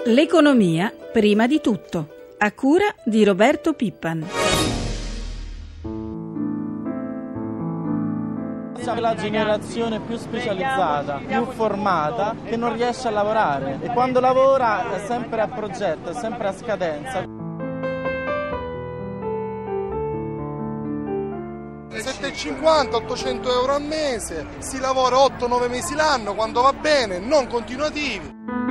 L'economia prima di tutto, a cura di Roberto Pippan. Siamo la generazione più specializzata, più formata, che non riesce a lavorare e quando lavora è sempre a progetto, è sempre a scadenza. 750-800 euro al mese, si lavora 8-9 mesi l'anno quando va bene, non continuativi.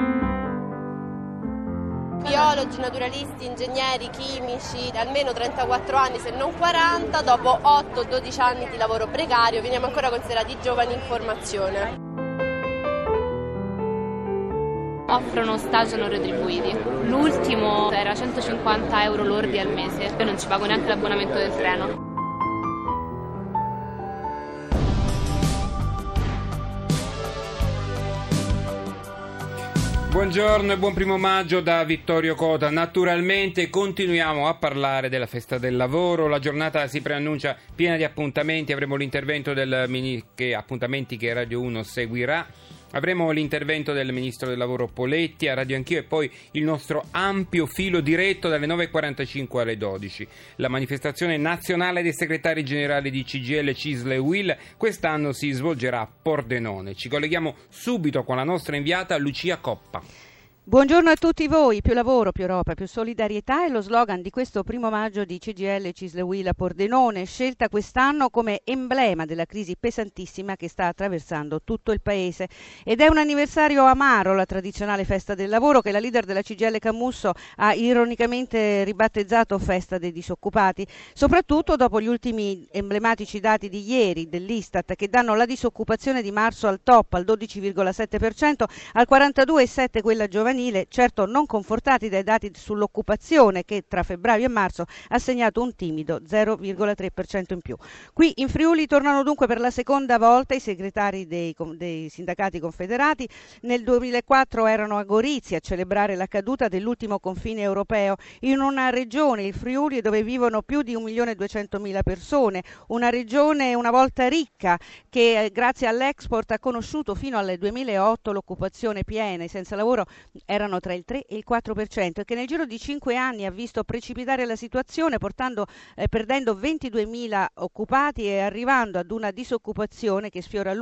Biologi, naturalisti, ingegneri, chimici, almeno 34 anni se non 40, dopo 8-12 anni di lavoro precario veniamo ancora considerati giovani in formazione. Offrono stage non retribuiti. L'ultimo era 150 euro lordi al mese, io non ci pago neanche l'abbonamento del treno. Buongiorno e buon primo maggio da Vittorio Cota. Naturalmente continuiamo a parlare della festa del lavoro. La giornata si preannuncia piena di appuntamenti. Avremo l'intervento appuntamenti che Radio 1 seguirà. Avremo l'intervento del Ministro del Lavoro Poletti a Radio Anch'io e poi il nostro ampio filo diretto dalle 9.45 alle 12. La manifestazione nazionale dei segretari generali di CGIL, CISL e UIL quest'anno si svolgerà a Pordenone. Ci colleghiamo subito con la nostra inviata Lucia Coppa. Buongiorno a tutti voi. Più lavoro, più Europa, più solidarietà è lo slogan di questo primo maggio di CGIL, CISL e UIL a Pordenone, scelta quest'anno come emblema della crisi pesantissima che sta attraversando tutto il paese. Ed è un anniversario amaro la tradizionale festa del lavoro che la leader della CGIL Camusso ha ironicamente ribattezzato festa dei disoccupati, soprattutto dopo gli ultimi emblematici dati di ieri dell'Istat che danno la disoccupazione di marzo al top, al 12,7%, al 42,7% quella giovanile, certo non confortati dai dati sull'occupazione che tra febbraio e marzo ha segnato un timido 0,3% in più. Qui in Friuli tornano dunque per la seconda volta i segretari dei sindacati confederati. Nel 2004 erano a Gorizia a celebrare la caduta dell'ultimo confine europeo in una regione, il Friuli, dove vivono più di 1.200.000 persone, una regione una volta ricca che grazie all'export ha conosciuto fino al 2008 l'occupazione piena, i senza lavoro erano tra il 3 e il 4% e che nel giro di 5 anni ha visto precipitare la situazione perdendo 22.000 occupati e arrivando ad una disoccupazione che sfiora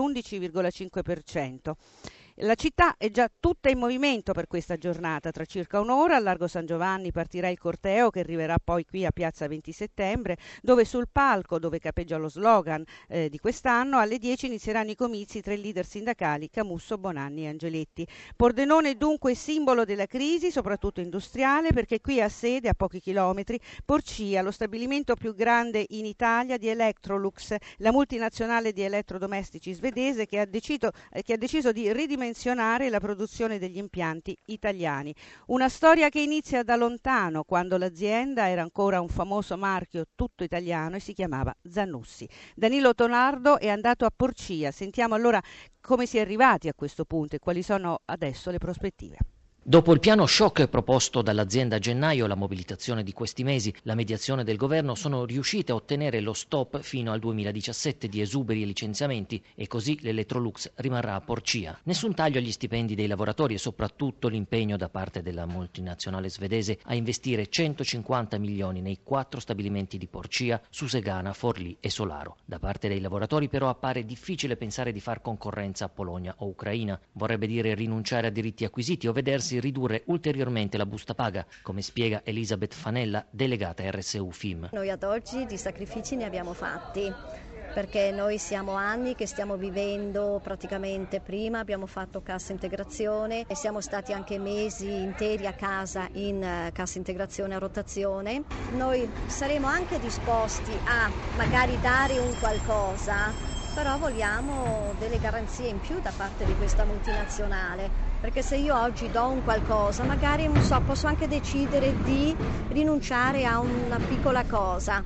l'11,5%. La città è già tutta in movimento per questa giornata. Tra circa un'ora al Largo San Giovanni partirà il corteo che arriverà poi qui a Piazza 20 Settembre, dove sul palco, dove capeggia lo slogan di quest'anno, alle 10 inizieranno i comizi tra i leader sindacali Camusso, Bonanni e Angeletti. Pordenone dunque simbolo della crisi, soprattutto industriale, perché qui ha sede a pochi chilometri Porcia, lo stabilimento più grande in Italia di Electrolux, la multinazionale di elettrodomestici svedese che ha deciso di ridimensionare la produzione degli impianti italiani. Una storia che inizia da lontano, quando l'azienda era ancora un famoso marchio tutto italiano e si chiamava Zanussi. Danilo Tonardo è andato a Porcia. Sentiamo allora come si è arrivati a questo punto e quali sono adesso le prospettive. Dopo il piano shock proposto dall'azienda a gennaio, la mobilitazione di questi mesi, la mediazione del governo sono riuscite a ottenere lo stop fino al 2017 di esuberi e licenziamenti e così l'Electrolux rimarrà a Porcia. Nessun taglio agli stipendi dei lavoratori e soprattutto l'impegno da parte della multinazionale svedese a investire 150 milioni nei 4 stabilimenti di Porcia, Susegana, Forlì e Solaro. Da parte dei lavoratori però appare difficile pensare di far concorrenza a Polonia o Ucraina. Vorrebbe dire rinunciare a diritti acquisiti o vedersi ridurre ulteriormente la busta paga, come spiega Elisabeth Fanella, delegata RSU FIM. Noi ad oggi di sacrifici ne abbiamo fatti, perché noi siamo anni che stiamo vivendo praticamente prima, abbiamo fatto cassa integrazione e siamo stati anche mesi interi a casa in cassa integrazione a rotazione. Noi saremo anche disposti a magari dare un qualcosa, però vogliamo delle garanzie in più da parte di questa multinazionale. Perché se io oggi do un qualcosa, magari posso anche decidere di rinunciare a una piccola cosa,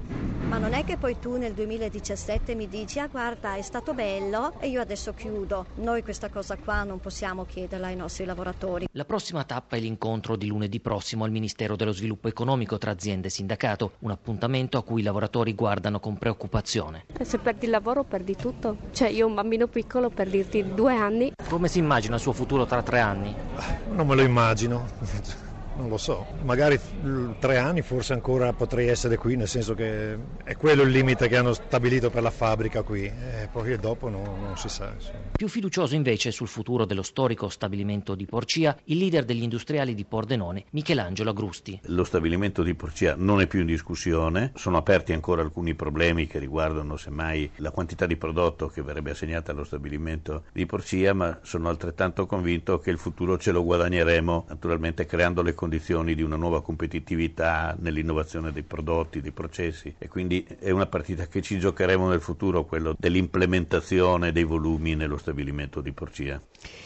Ma non è che poi tu nel 2017 mi dici guarda è stato bello e io adesso chiudo. Noi questa cosa qua non possiamo chiederla ai nostri lavoratori. La prossima tappa è l'incontro di lunedì prossimo al Ministero dello Sviluppo Economico tra aziende e sindacato, un appuntamento a cui i lavoratori guardano con preoccupazione. Se perdi il lavoro perdi tutto. Cioè io ho un bambino piccolo per dirti 2 anni. Come si immagina il suo futuro tra 3 anni? Non me lo immagino. Non lo so, magari 3 anni forse ancora potrei essere qui, nel senso che è quello il limite che hanno stabilito per la fabbrica qui, e poi dopo non si sa. Insomma. Più fiducioso invece sul futuro dello storico stabilimento di Porcia, il leader degli industriali di Pordenone, Michelangelo Agrusti. Lo stabilimento di Porcia non è più in discussione, sono aperti ancora alcuni problemi che riguardano semmai la quantità di prodotto che verrebbe assegnata allo stabilimento di Porcia, ma sono altrettanto convinto che il futuro ce lo guadagneremo, naturalmente creando le condizioni di una nuova competitività nell'innovazione dei prodotti, dei processi, e quindi è una partita che ci giocheremo nel futuro, quello dell'implementazione dei volumi nello stabilimento di Porcia.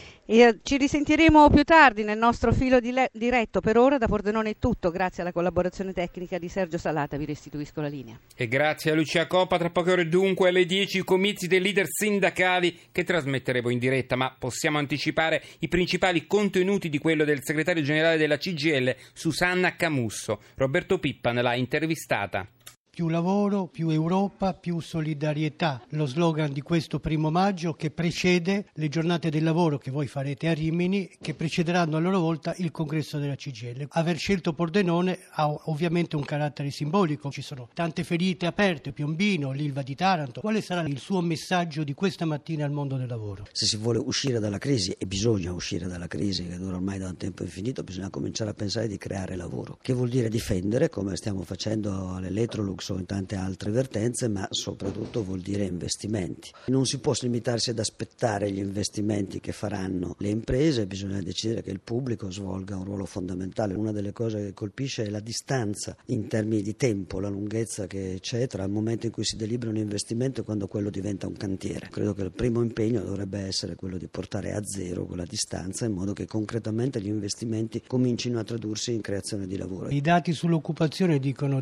E ci risentiremo più tardi nel nostro filo diretto. Per ora da Pordenone è tutto, grazie alla collaborazione tecnica di Sergio Salata. Vi restituisco la linea. E grazie a Lucia Coppa. Tra poche ore dunque alle 10 i comizi dei leader sindacali che trasmetteremo in diretta, ma possiamo anticipare i principali contenuti di quello del segretario generale della CGIL, Susanna Camusso. Roberto Pippan l'ha intervistata. Più lavoro, più Europa, più solidarietà, lo slogan di questo 1 maggio che precede le giornate del lavoro che voi farete a Rimini, che precederanno a loro volta il congresso della CGIL. Aver scelto Pordenone ha ovviamente un carattere simbolico, ci sono tante ferite aperte, Piombino, l'Ilva di Taranto. Quale sarà il suo messaggio di questa mattina al mondo del lavoro? Se si vuole uscire dalla crisi, e bisogna uscire dalla crisi che dura ormai da un tempo infinito, bisogna cominciare a pensare di creare lavoro, che vuol dire difendere, come stiamo facendo all'Electrolux o in tante altre vertenze, ma soprattutto vuol dire investimenti. Non si può limitarsi ad aspettare gli investimenti che faranno le imprese, bisogna decidere che il pubblico svolga un ruolo fondamentale. Una delle cose che colpisce è la distanza in termini di tempo, la lunghezza che c'è tra il momento in cui si delibera un investimento e quando quello diventa un cantiere. Credo che il primo impegno dovrebbe essere quello di portare a zero quella distanza in modo che concretamente gli investimenti comincino a tradursi in creazione di lavoro. I dati sull'occupazione dicono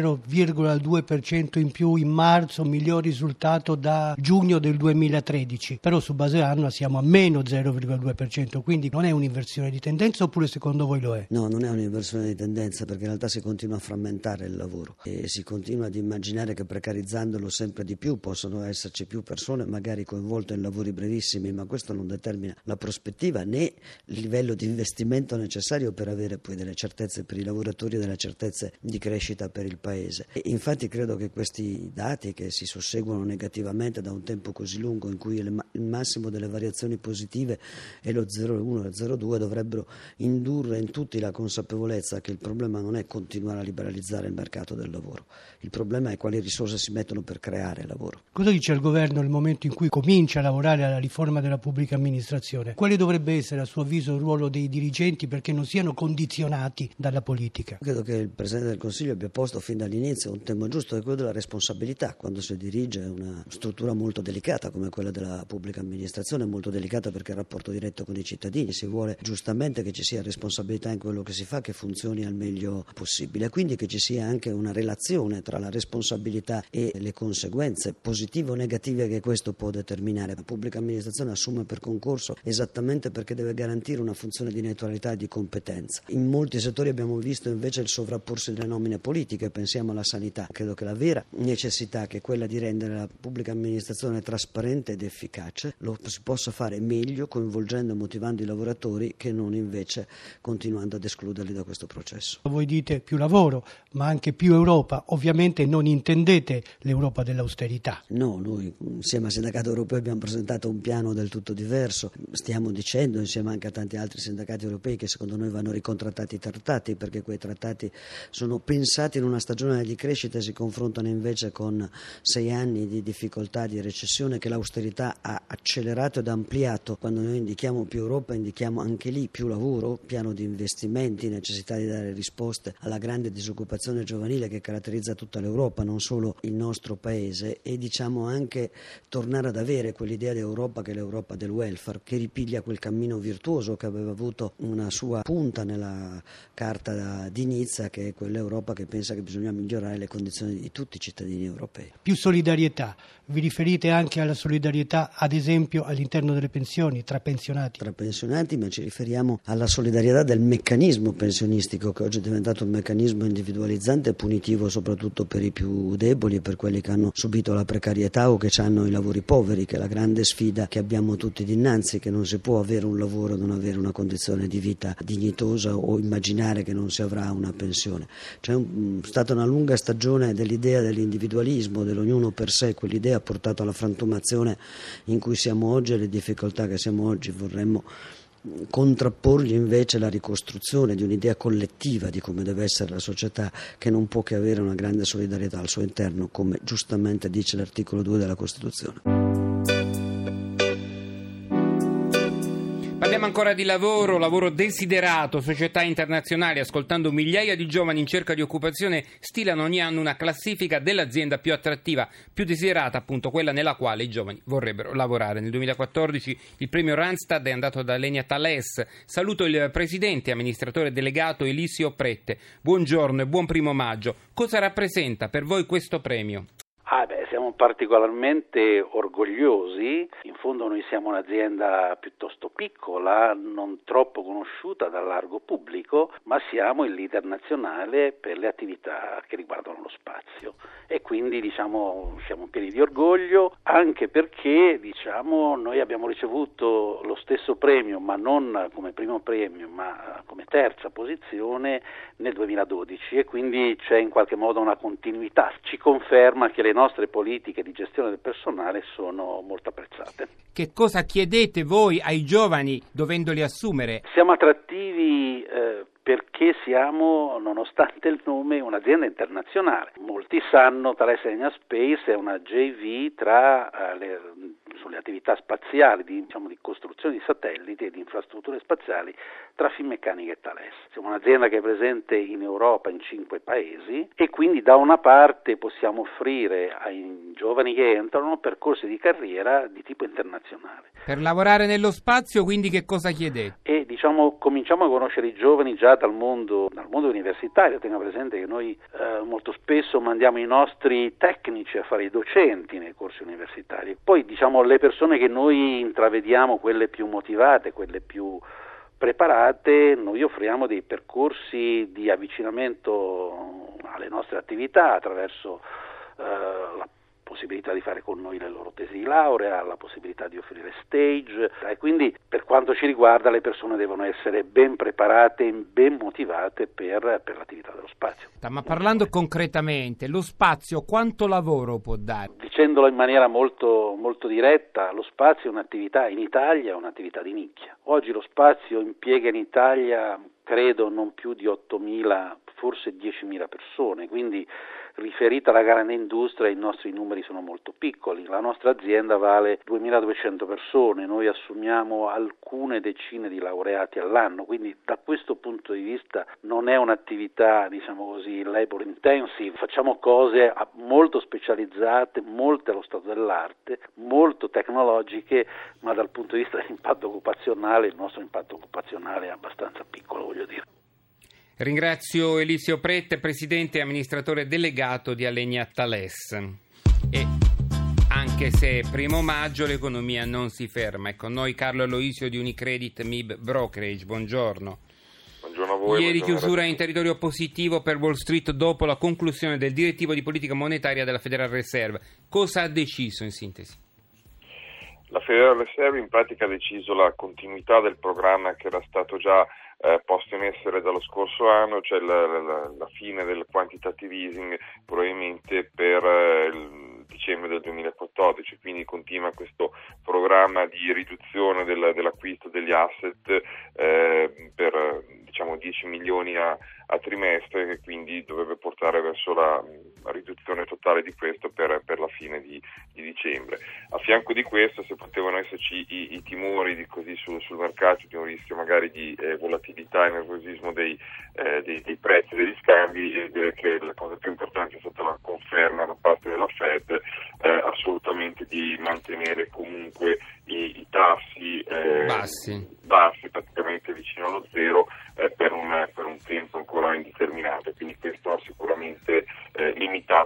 0,2% in più in marzo, miglior risultato da giugno del 2013, però su base annua siamo a meno 0,2%, quindi non è un'inversione di tendenza, oppure secondo voi lo è? No, non è un'inversione di tendenza, perché in realtà si continua a frammentare il lavoro e si continua ad immaginare che precarizzandolo sempre di più possono esserci più persone magari coinvolte in lavori brevissimi, ma questo non determina la prospettiva né il livello di investimento necessario per avere poi delle certezze per i lavoratori e delle certezze di crescita per il Paese. E infatti credo che questi dati, che si susseguono negativamente da un tempo così lungo in cui il massimo delle variazioni positive è lo 0,1 e 0,2, dovrebbero indurre in tutti la consapevolezza che il problema non è continuare a liberalizzare il mercato del lavoro, il problema è quali risorse si mettono per creare lavoro. Cosa dice il governo nel momento in cui comincia a lavorare alla riforma della pubblica amministrazione? Quale dovrebbe essere a suo avviso il ruolo dei dirigenti perché non siano condizionati dalla politica? Credo che il Presidente del Consiglio abbia posto fin dall'inizio un tema giusto, che è quello della responsabilità. Quando si dirige una struttura molto delicata come quella della pubblica amministrazione, molto delicata perché è il rapporto diretto con i cittadini, si vuole giustamente che ci sia responsabilità in quello che si fa, che funzioni al meglio possibile, quindi che ci sia anche una relazione tra la responsabilità e le conseguenze positive o negative che questo può determinare. La pubblica amministrazione assume per concorso esattamente perché deve garantire una funzione di neutralità e di competenza. In molti settori abbiamo visto invece il sovrapporsi delle nomine politiche, pensiamo alla sanità. Credo che la vera necessità, che è quella di rendere la pubblica amministrazione trasparente ed efficace, lo si possa fare meglio coinvolgendo e motivando i lavoratori che non invece continuando ad escluderli da questo processo. Voi dite più lavoro, ma anche più Europa. Ovviamente non intendete l'Europa dell'austerità. No, noi insieme al sindacato europeo abbiamo presentato un piano del tutto diverso. Stiamo dicendo, insieme anche a tanti altri sindacati europei, che secondo noi vanno ricontrattati i trattati, perché quei trattati sono pensati in una stagione di crescita e si confrontano invece con 6 anni di difficoltà, di recessione che l'austerità ha accelerato ed ampliato. Quando noi indichiamo più Europa indichiamo anche lì più lavoro, piano di investimenti, necessità di dare risposte alla grande disoccupazione giovanile che caratterizza tutta l'Europa, non solo il nostro paese, e diciamo anche tornare ad avere quell'idea di Europa che è l'Europa del welfare, che ripiglia quel cammino virtuoso che aveva avuto una sua punta nella Carta di Nizza, che è quell'Europa che pensa che bisogna migliorare le condizioni condizioni di tutti i cittadini europei. Più solidarietà, vi riferite anche alla solidarietà ad esempio all'interno delle pensioni, tra pensionati? Tra pensionati, ma ci riferiamo alla solidarietà del meccanismo pensionistico, che oggi è diventato un meccanismo individualizzante e punitivo soprattutto per i più deboli e per quelli che hanno subito la precarietà o che hanno i lavori poveri, che è la grande sfida che abbiamo tutti dinanzi, che non si può avere un lavoro e non avere una condizione di vita dignitosa o immaginare che non si avrà una pensione. C'è stata una lunga stagione dell'idea dell'individualismo, dell'ognuno per sé, quell'idea ha portato alla frantumazione in cui siamo oggi e alle difficoltà che siamo oggi. Vorremmo contrapporgli invece la ricostruzione di un'idea collettiva di come deve essere la società, che non può che avere una grande solidarietà al suo interno, come giustamente dice l'articolo 2 della Costituzione. Parliamo ancora di lavoro desiderato. Società internazionali, ascoltando migliaia di giovani in cerca di occupazione, stilano ogni anno una classifica dell'azienda più attrattiva, più desiderata, appunto quella nella quale i giovani vorrebbero lavorare. Nel 2014 il premio Randstad è andato da Alenia Thales. Saluto il presidente e amministratore delegato Elisio Prette. Buongiorno e buon 1° maggio. Cosa rappresenta per voi questo premio? Siamo particolarmente orgogliosi. In fondo noi siamo un'azienda piuttosto piccola, non troppo conosciuta dal largo pubblico, ma siamo il leader nazionale per le attività che riguardano lo spazio e quindi siamo pieni di orgoglio, anche perché noi abbiamo ricevuto lo stesso premio, ma non come primo premio, ma come terza posizione nel 2012 e quindi c'è in qualche modo una continuità. Ci conferma che le nostre politiche di gestione del personale sono molto apprezzate. Che cosa chiedete voi ai giovani dovendoli assumere? Siamo attrattivi perché siamo, nonostante il nome, un'azienda internazionale. Molti sanno che Alenia Space è una JV sulle attività spaziali, di costruzione di satelliti e di infrastrutture spaziali tra Finmeccanica e Thales. Siamo un'azienda che è presente in Europa in 5 paesi e quindi da una parte possiamo offrire ai giovani che entrano percorsi di carriera di tipo internazionale. Per lavorare nello spazio, quindi che cosa chiedete? E cominciamo a conoscere i giovani già dal mondo universitario. Tenga presente che noi molto spesso mandiamo i nostri tecnici a fare i docenti nei corsi universitari. Poi le persone che noi intravediamo, quelle più motivate, quelle più preparate, noi offriamo dei percorsi di avvicinamento alle nostre attività attraverso la possibilità di fare con noi le loro tesi di laurea, la possibilità di offrire stage e quindi per quanto ci riguarda le persone devono essere ben preparate e ben motivate per l'attività dello spazio. Ma parlando concretamente, lo spazio quanto lavoro può dare? Dicendolo in maniera molto, molto diretta, lo spazio è un'attività in Italia, è un'attività di nicchia. Oggi lo spazio impiega in Italia, credo, non più di 8.000, forse 10.000 persone, quindi riferita alla grande industria i nostri numeri sono molto piccoli. La nostra azienda vale 2.200 persone, noi assumiamo alcune decine di laureati all'anno, quindi da questo punto di vista non è un'attività, labor intensive, facciamo cose molto specializzate, molte allo stato dell'arte, molto tecnologiche, ma dal punto di vista dell'impatto occupazionale il nostro impatto occupazionale è abbastanza piccolo, voglio dire. Ringrazio Elisio Prette, presidente e amministratore delegato di Alenia Thales. E anche se è 1° maggio l'economia non si ferma. È con noi Carlo Aloisio di Unicredit MIB Brokerage. Buongiorno. Buongiorno a voi. Ieri chiusura in territorio positivo per Wall Street dopo la conclusione del direttivo di politica monetaria della Federal Reserve. Cosa ha deciso in sintesi? La Federal Reserve in pratica ha deciso la continuità del programma che era stato già posto in essere dallo scorso anno, cioè la fine del quantitative easing probabilmente per il dicembre del 2014, quindi continua questo programma di riduzione dell'acquisto degli asset per 10 milioni a trimestre, che quindi dovrebbe portare verso la riduzione totale di questo per la fine di dicembre. A fianco di questo, se potevano esserci i timori sul mercato di un rischio magari di volatilità e nervosismo dei prezzi degli scambi, direi che la cosa più importante è stata la conferma da parte della Fed assolutamente di mantenere comunque i tassi bassi, praticamente vicino allo zero, per un tempo ancora indeterminato, quindi questo ha sicuramente limitato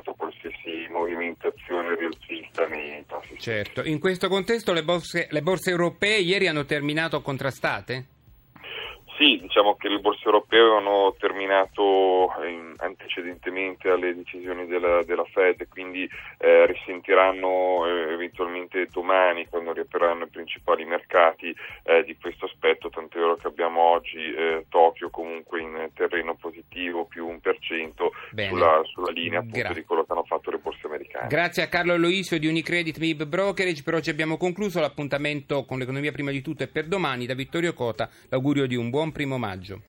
Certo. In questo contesto le borse europee ieri hanno terminato contrastate? Sì, diciamo che le borse europee avevano terminato antecedentemente alle decisioni della Fed, quindi risentiranno eventualmente domani, quando riapriranno i principali mercati, di questo aspetto, tant'è vero che abbiamo oggi Tokyo comunque in terreno positivo, più 1% sulla linea appunto di quello che hanno fatto le borse americane. Grazie a Carlo Aloisio di Unicredit MIB Brokerage. Per oggi abbiamo concluso. L'appuntamento con l'economia prima di tutto è per domani. Da Vittorio Cota l'augurio di un buon 1° maggio.